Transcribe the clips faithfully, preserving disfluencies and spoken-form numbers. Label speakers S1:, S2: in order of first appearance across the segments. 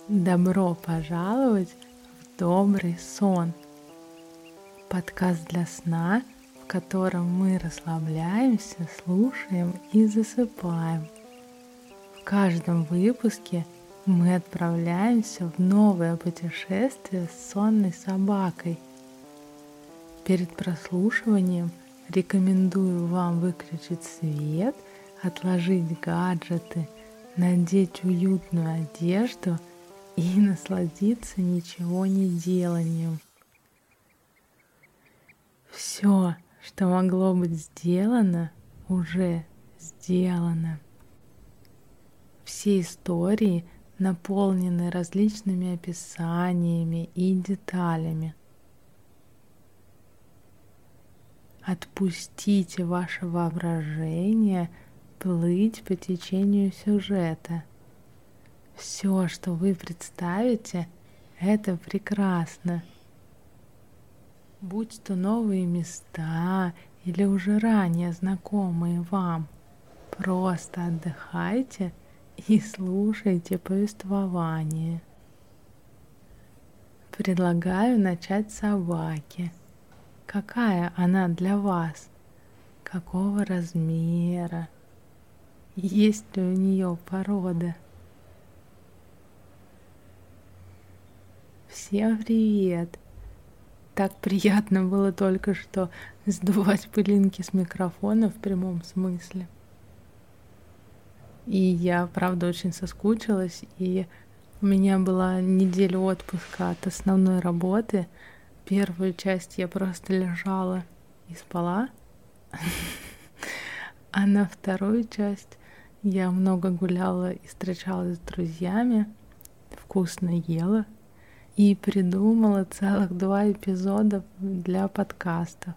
S1: Добро пожаловать в добрый сон. Подкаст для сна, в котором мы расслабляемся, слушаем и засыпаем. В каждом выпуске мы отправляемся в новое путешествие с сонной собакой. Перед прослушиванием рекомендую вам выключить свет, отложить гаджеты, надеть уютную одежду и насладиться ничего не деланием. Все, что могло быть сделано, уже сделано. Все истории наполнены различными описаниями и деталями. Отпустите ваше воображение плыть по течению сюжета. Все, что вы представите, это прекрасно. Будь то новые места или уже ранее знакомые вам, просто отдыхайте и слушайте повествование. Предлагаю начать с собаки. Какая она для вас? Какого размера? Есть ли у нее порода? Всем привет! Так приятно было только что сдувать пылинки с микрофона в прямом смысле. И я, правда, очень соскучилась, и у меня была неделя отпуска от основной работы. Первую часть я просто лежала и спала, а на вторую часть я много гуляла и встречалась с друзьями, вкусно ела и придумала целых два эпизода для подкастов.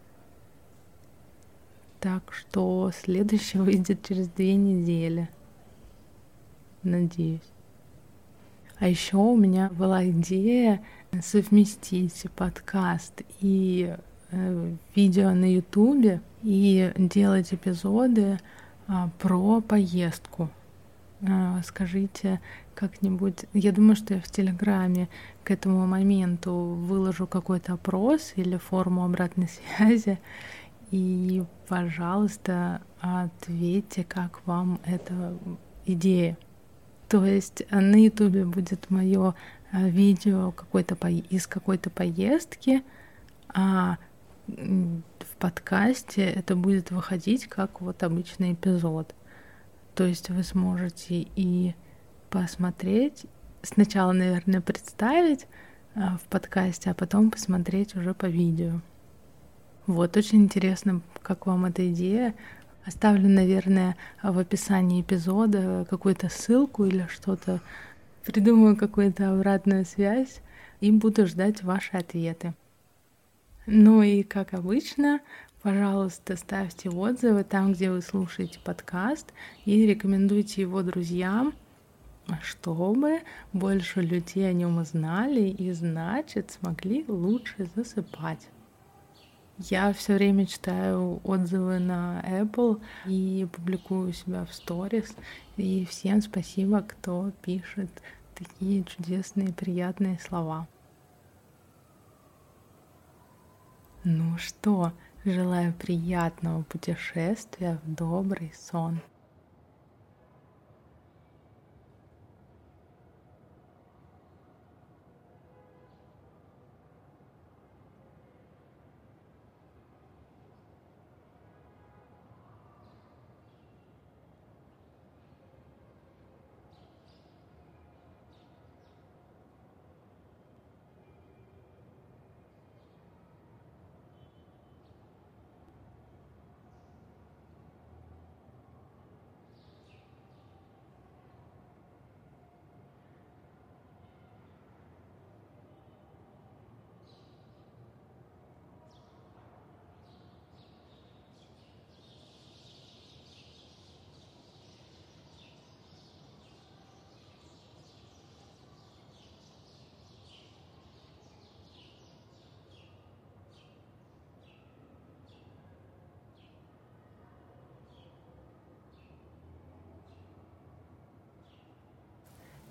S1: Так что следующий выйдет через две недели. Надеюсь. А еще у меня была идея совместить подкаст и э, видео на Ютубе и делать эпизоды а, про поездку. А, скажите как-нибудь, я думаю, что я в Телеграме к этому моменту выложу какой-то опрос или форму обратной связи, и, пожалуйста, ответьте, как вам эта идея. То есть на Ютубе будет мое видео какой-то по... из какой-то поездки, а в подкасте это будет выходить как вот обычный эпизод. То есть вы сможете и посмотреть, сначала, наверное, представить в подкасте, а потом посмотреть уже по видео. Вот, очень интересно, как вам эта идея. Оставлю, наверное, в описании эпизода какую-то ссылку или что-то. Придумаю какую-то обратную связь и буду ждать ваши ответы. Ну и, как обычно, пожалуйста, ставьте отзывы там, где вы слушаете подкаст, и рекомендуйте его друзьям, чтобы больше людей о нем узнали и, значит, смогли лучше засыпать. Я все время читаю отзывы на Apple и публикую себя в сторис. И всем спасибо, кто пишет такие чудесные, приятные слова. Ну что, желаю приятного путешествия в добрый сон.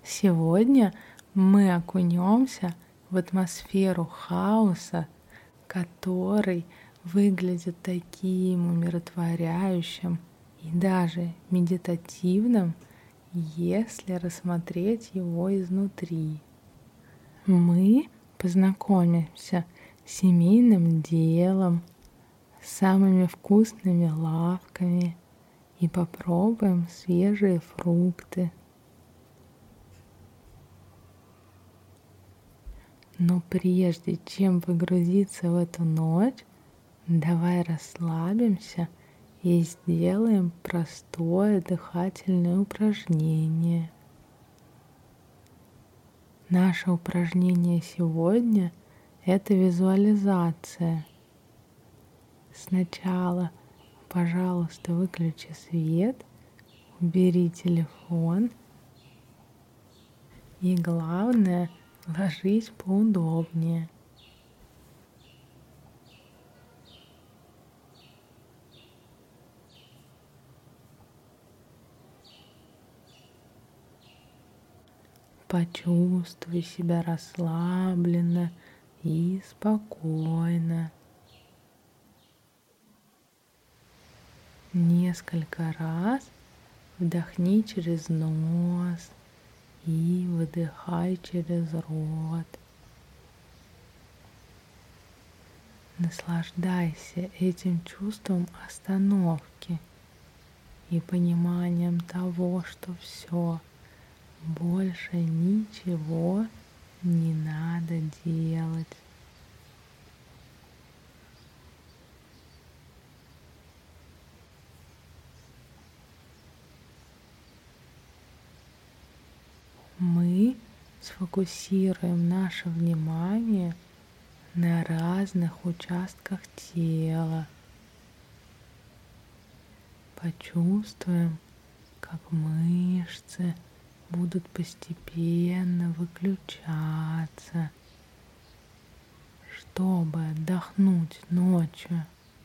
S1: Сегодня мы окунемся в атмосферу хаоса, который выглядит таким умиротворяющим и даже медитативным, если рассмотреть его изнутри. Мы познакомимся с семейным делом, с самыми вкусными лавками и попробуем свежие фрукты. Но прежде чем погрузиться в эту ночь, давай расслабимся и сделаем простое дыхательное упражнение. Наше упражнение сегодня — это визуализация. Сначала, пожалуйста, выключи свет, убери телефон и, главное, ложись поудобнее. Почувствуй себя расслабленно и спокойно. Несколько раз вдохни через нос и выдыхай через рот. Наслаждайся этим чувством остановки и пониманием того, что все, больше ничего не надо делать. Мы сфокусируем наше внимание на разных участках тела. Почувствуем, как мышцы будут постепенно выключаться, чтобы отдохнуть ночью.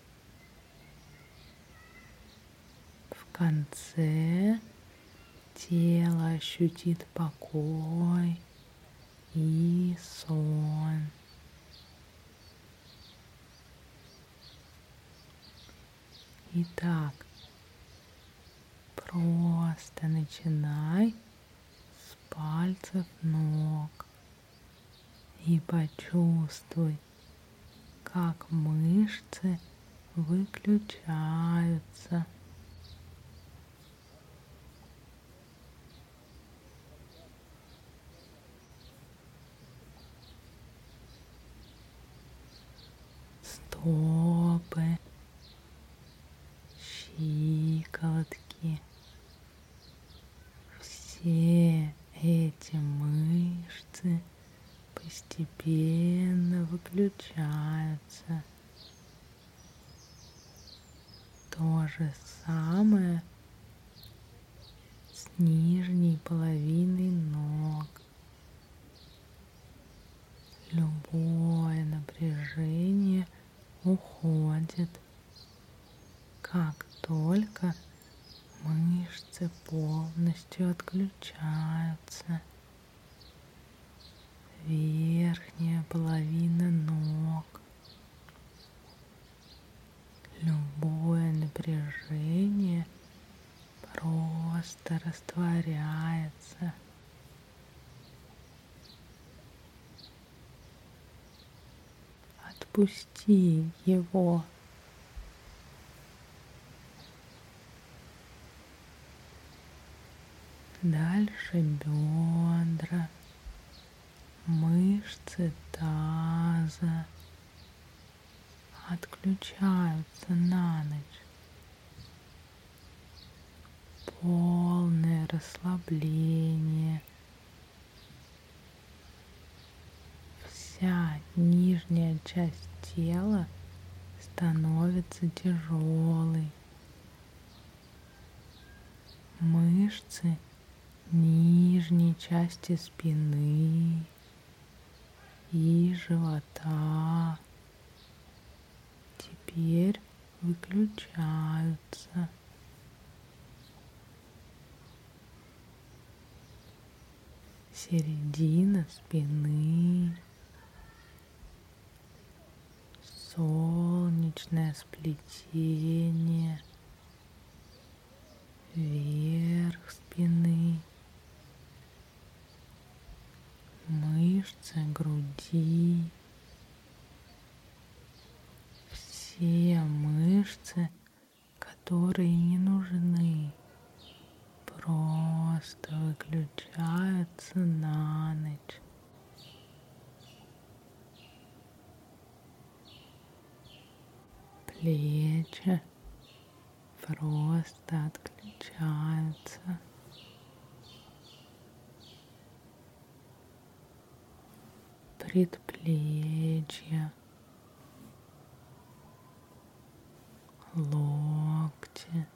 S1: В конце тело ощутит покой и сон. Итак, просто начинай с пальцев ног и почувствуй, как мышцы выключаются. Стопы, щиколотки. Все эти мышцы постепенно выключаются. То же самое с нижней половиной ног. Любое напряжение уходит, как только мышцы полностью отключаются. Верхняя половина ног. Любое напряжение просто растворяется. Отпусти его. Дальше бедра, мышцы таза отключаются на ночь. Полное расслабление. Вся нижняя часть тела становится тяжелой. Мышцы нижней части спины и живота теперь выключаются. середина спины, солнечное сплетение, верх спины, мышцы груди, все мышцы, которые не нужны, просто выключаются на ночь. Плечи просто отключаются. Предплечья, локти,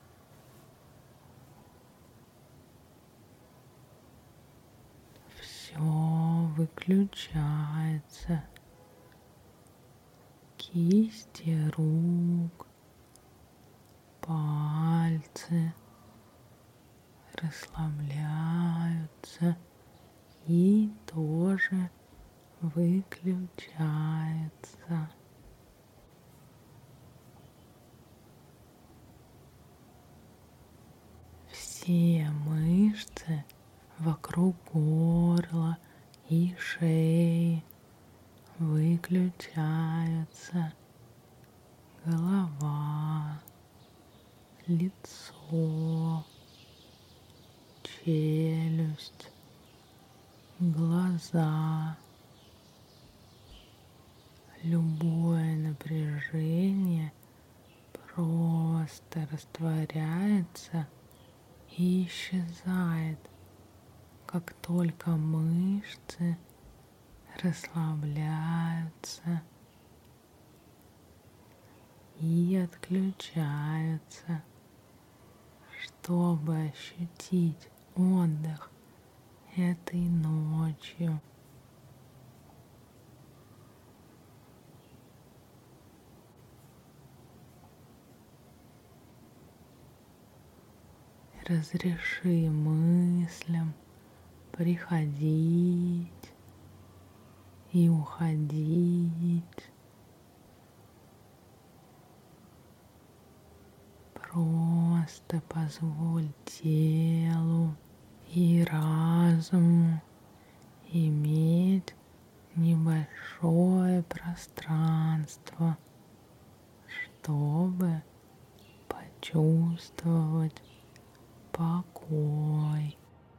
S1: все выключается. Кисти рук, пальцы расслабляются и тоже выключается. Все мышцы вокруг горла и шеи выключаются. Голова, лицо, челюсть, глаза. Любое напряжение просто растворяется и исчезает, как только мышцы расслабляются и отключаются, чтобы ощутить отдых этой ночью. Разреши мыслям приходить и уходить. Просто позволь телу и разуму иметь небольшое пространство, чтобы почувствовать покой.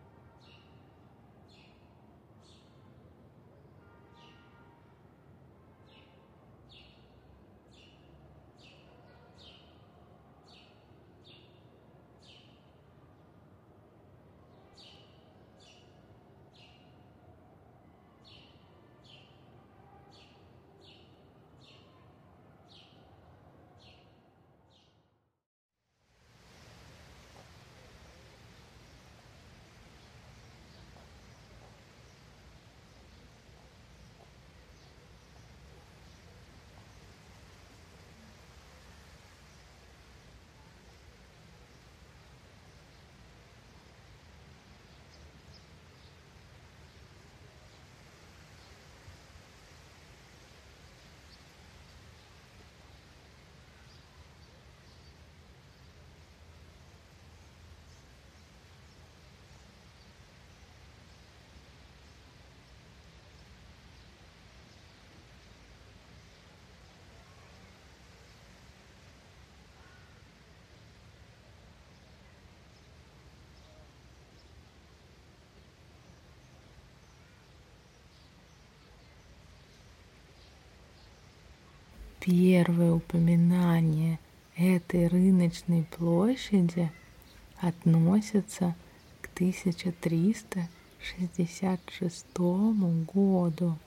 S1: Первое упоминание этой рыночной площади относится к тысяча триста шестьдесят шестому году.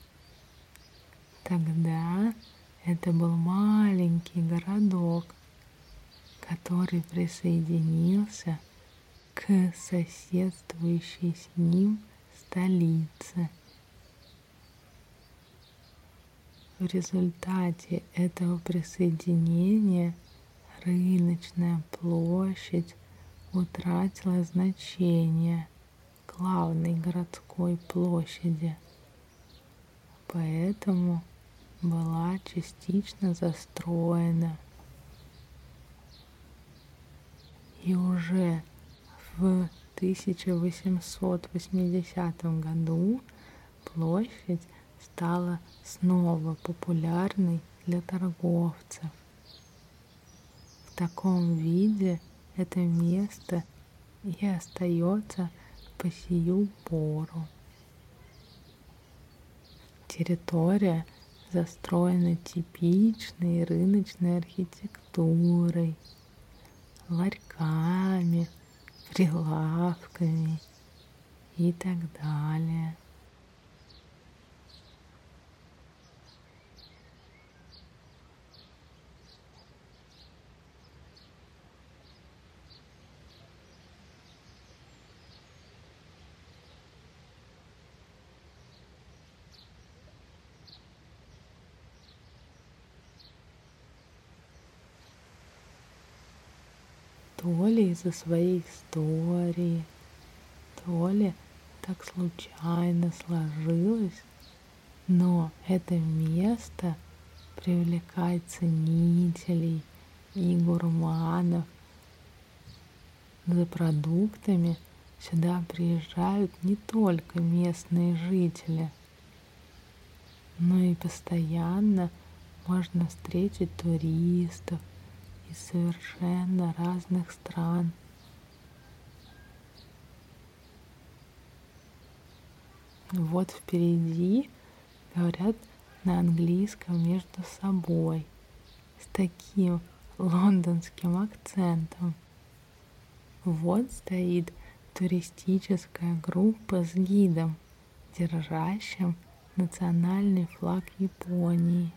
S1: Тогда это был маленький городок, который присоединился к соседствующей с ним столице. В результате этого присоединения рыночная площадь утратила значение к главной городской площади, поэтому была частично застроена. И уже в тысяча восемьсот восьмидесятом году площадь стала снова популярной для торговцев. В таком виде это место и остается по сию пору. Территория застроена типичной рыночной архитектурой, ларьками, прилавками и так далее. То ли из-за своей истории, то ли так случайно сложилось, но это место привлекает ценителей и гурманов. За продуктами сюда приезжают не только местные жители, но и постоянно можно встретить туристов из совершенно разных стран. Вот впереди говорят на английском между собой с таким лондонским акцентом. Вот стоит туристическая группа с гидом, держащим национальный флаг Японии.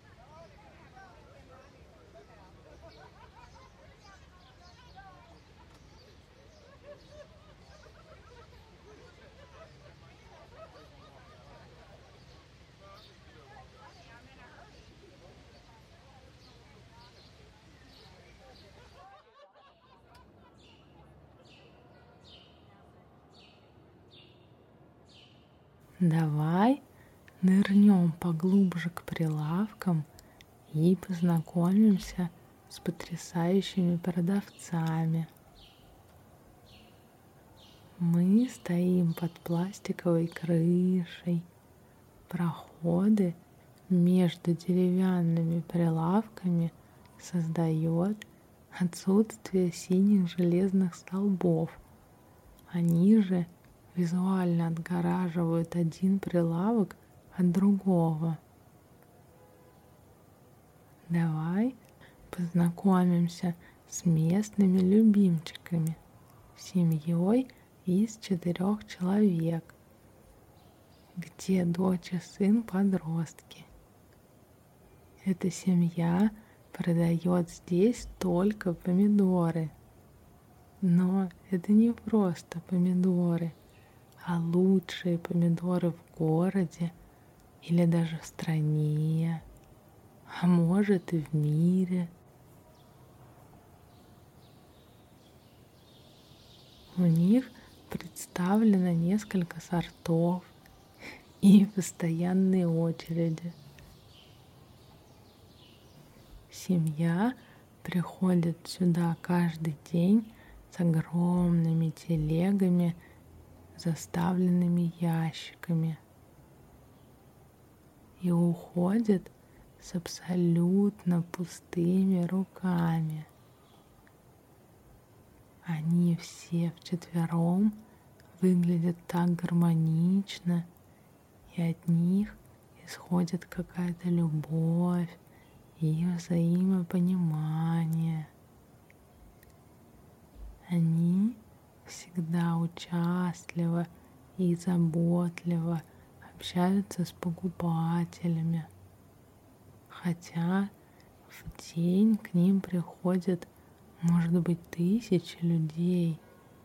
S1: Давай нырнем поглубже к прилавкам и познакомимся с потрясающими продавцами. Мы стоим под пластиковой крышей. Проходы между деревянными прилавками создает отсутствие синих железных столбов. Они же визуально отгораживают один прилавок от другого. Давай познакомимся с местными любимчиками, семьей из четырех человек, где дочь и сын подростки. Эта семья продает здесь только помидоры. Но это не просто помидоры, а лучшие помидоры в городе или даже в стране, а может и в мире. У них представлено несколько сортов и постоянные очереди. Семья приходит сюда каждый день с огромными телегами, заставленными ящиками, и уходит с абсолютно пустыми руками. Они все вчетвером выглядят так гармонично, и от них исходит какая-то любовь и взаимопонимание. Они всегда участливо и заботливо общаются с покупателями, хотя в день к ним приходят, может быть, тысячи людей.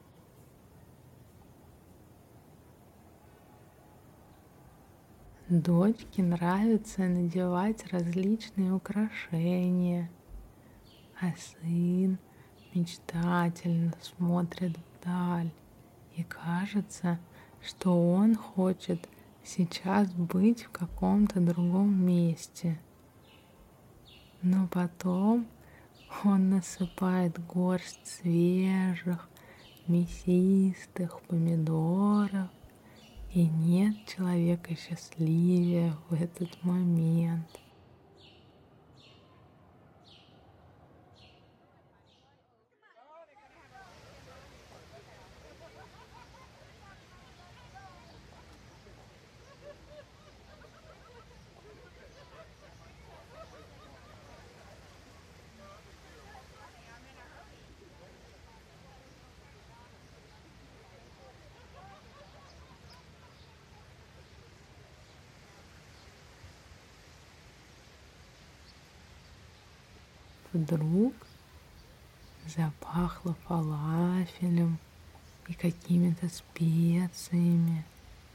S1: Дочке нравится надевать различные украшения, а сын мечтательно смотрит вдаль и, кажется, что он хочет сейчас быть в каком-то другом месте. Но потом он насыпает горсть свежих, мясистых помидоров, и нет человека счастливее в этот момент. Вдруг запахло фалафелем и какими-то специями.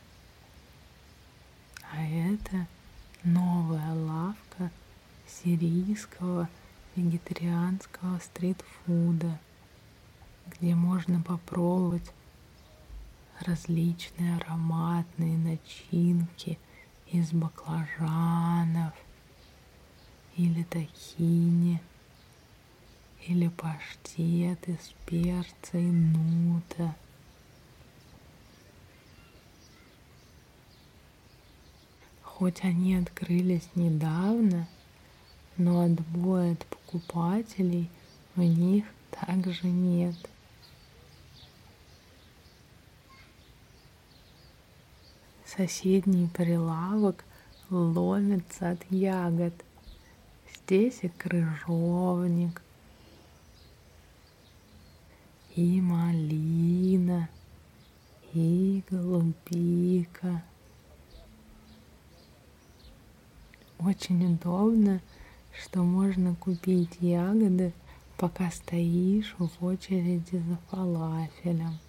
S1: А это новая лавка сирийского вегетарианского стритфуда, где можно попробовать различные ароматные начинки из баклажанов или тахини, или паштет из перца и нута. Хоть они открылись недавно, но отбоя от покупателей у них также нет. Соседний прилавок ломится от ягод. Здесь и крыжовник, и малина, и голубика. Очень удобно, что можно купить ягоды, пока стоишь в очереди за фалафелем.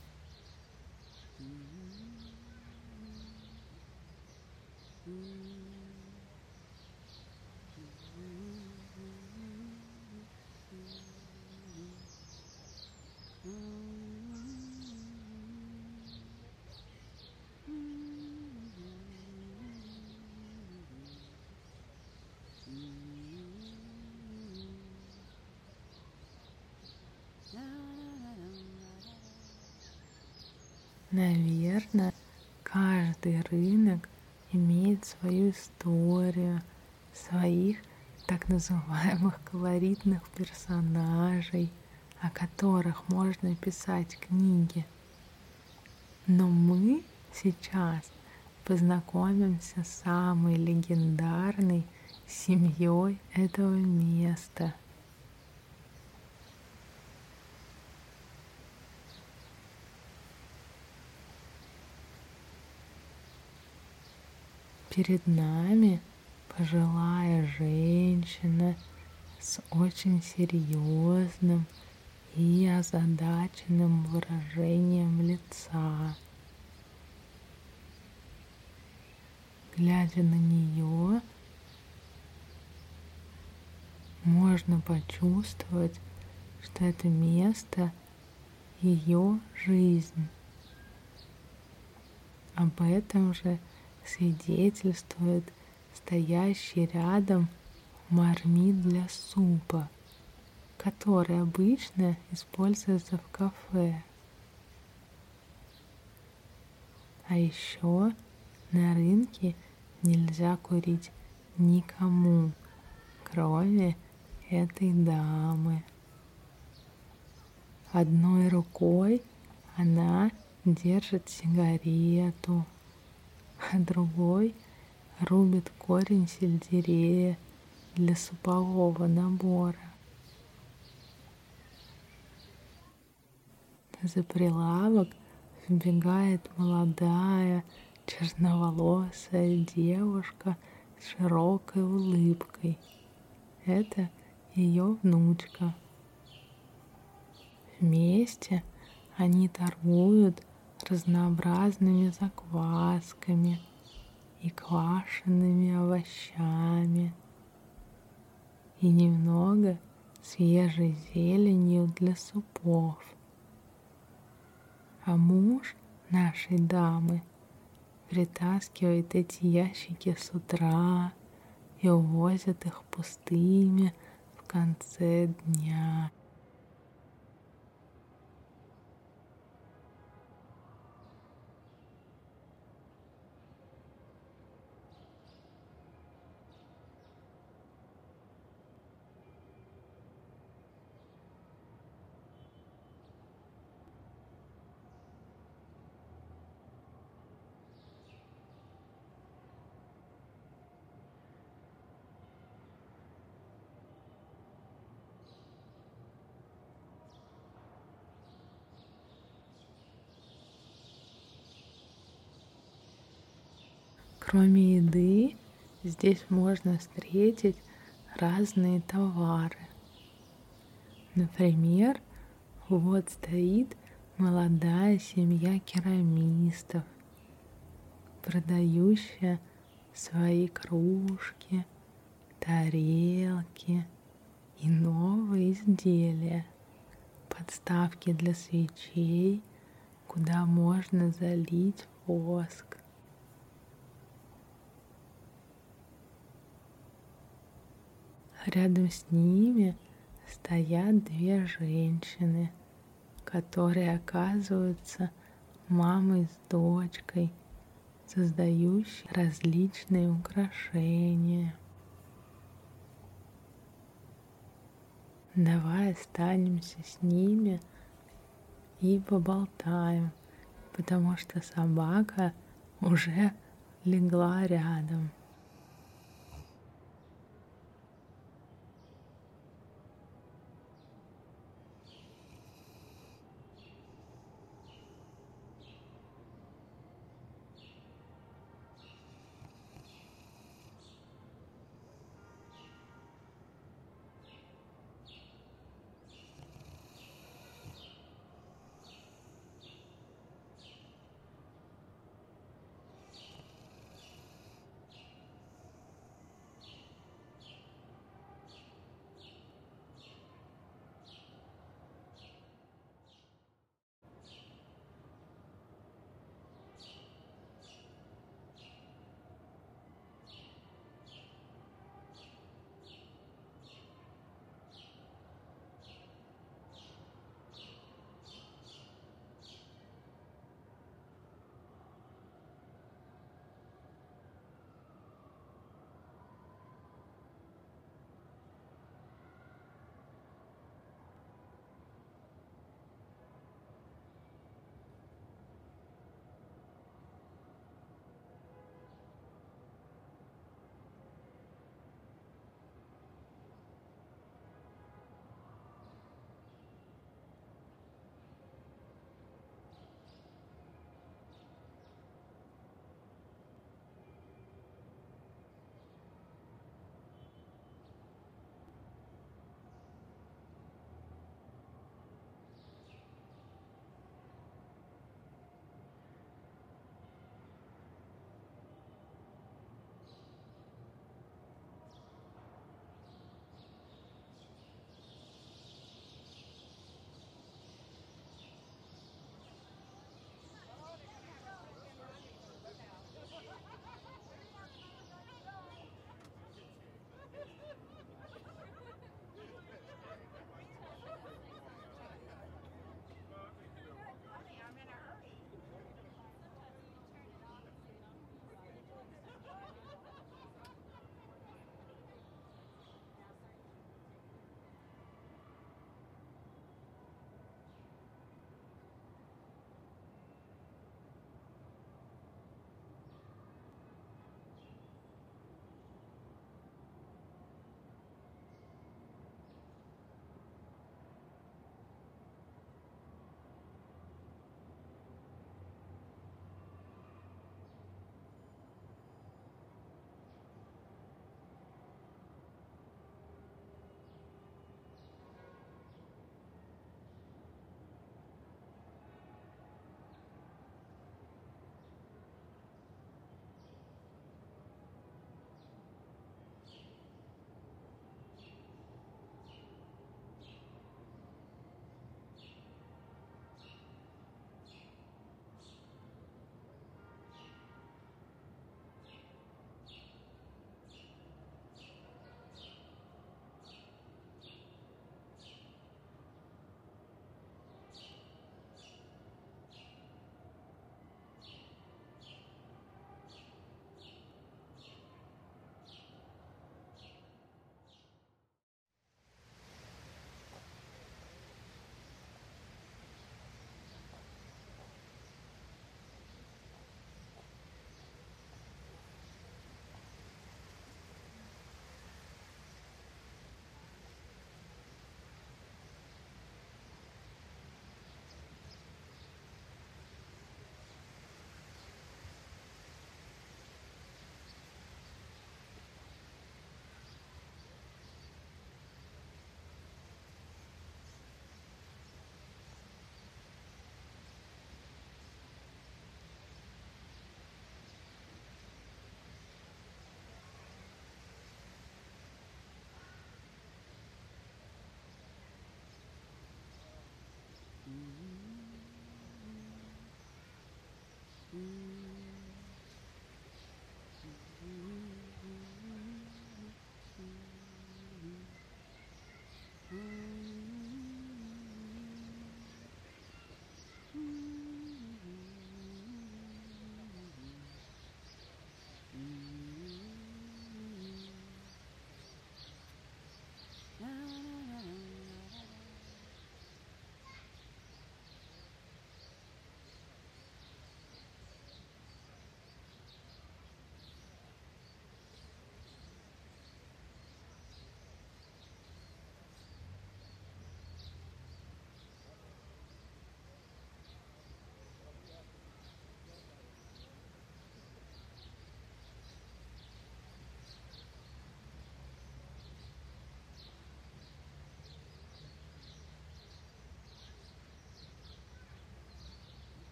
S1: Наверное, каждый рынок имеет свою историю, своих так называемых колоритных персонажей, о которых можно писать книги. Но мы сейчас познакомимся с самой легендарной семьей этого места. Перед нами пожилая женщина с очень серьезным и озадаченным выражением лица. Глядя на нее, можно почувствовать, что это место — ее жизнь. Об этом же свидетельствует стоящий рядом мармит для супа, который обычно используется в кафе. А еще на рынке нельзя курить никому, кроме этой дамы. Одной рукой она держит сигарету, а другой рубит корень сельдерея для супового набора. За прилавок вбегает молодая черноволосая девушка с широкой улыбкой. Это ее внучка. Вместе они торгуют разнообразными заквасками и квашенными овощами, и немного свежей зеленью для супов. А муж нашей дамы притаскивает эти ящики с утра и увозит их пустыми в конце дня. Кроме еды, здесь можно встретить разные товары. Например, вот стоит молодая семья керамистов, продающая свои кружки, тарелки и новые изделия, подставки для свечей, куда можно залить воск. Рядом с ними стоят две женщины, которые оказываются мамой с дочкой, создающие различные украшения. Давай останемся с ними и поболтаем, потому что собака уже легла рядом.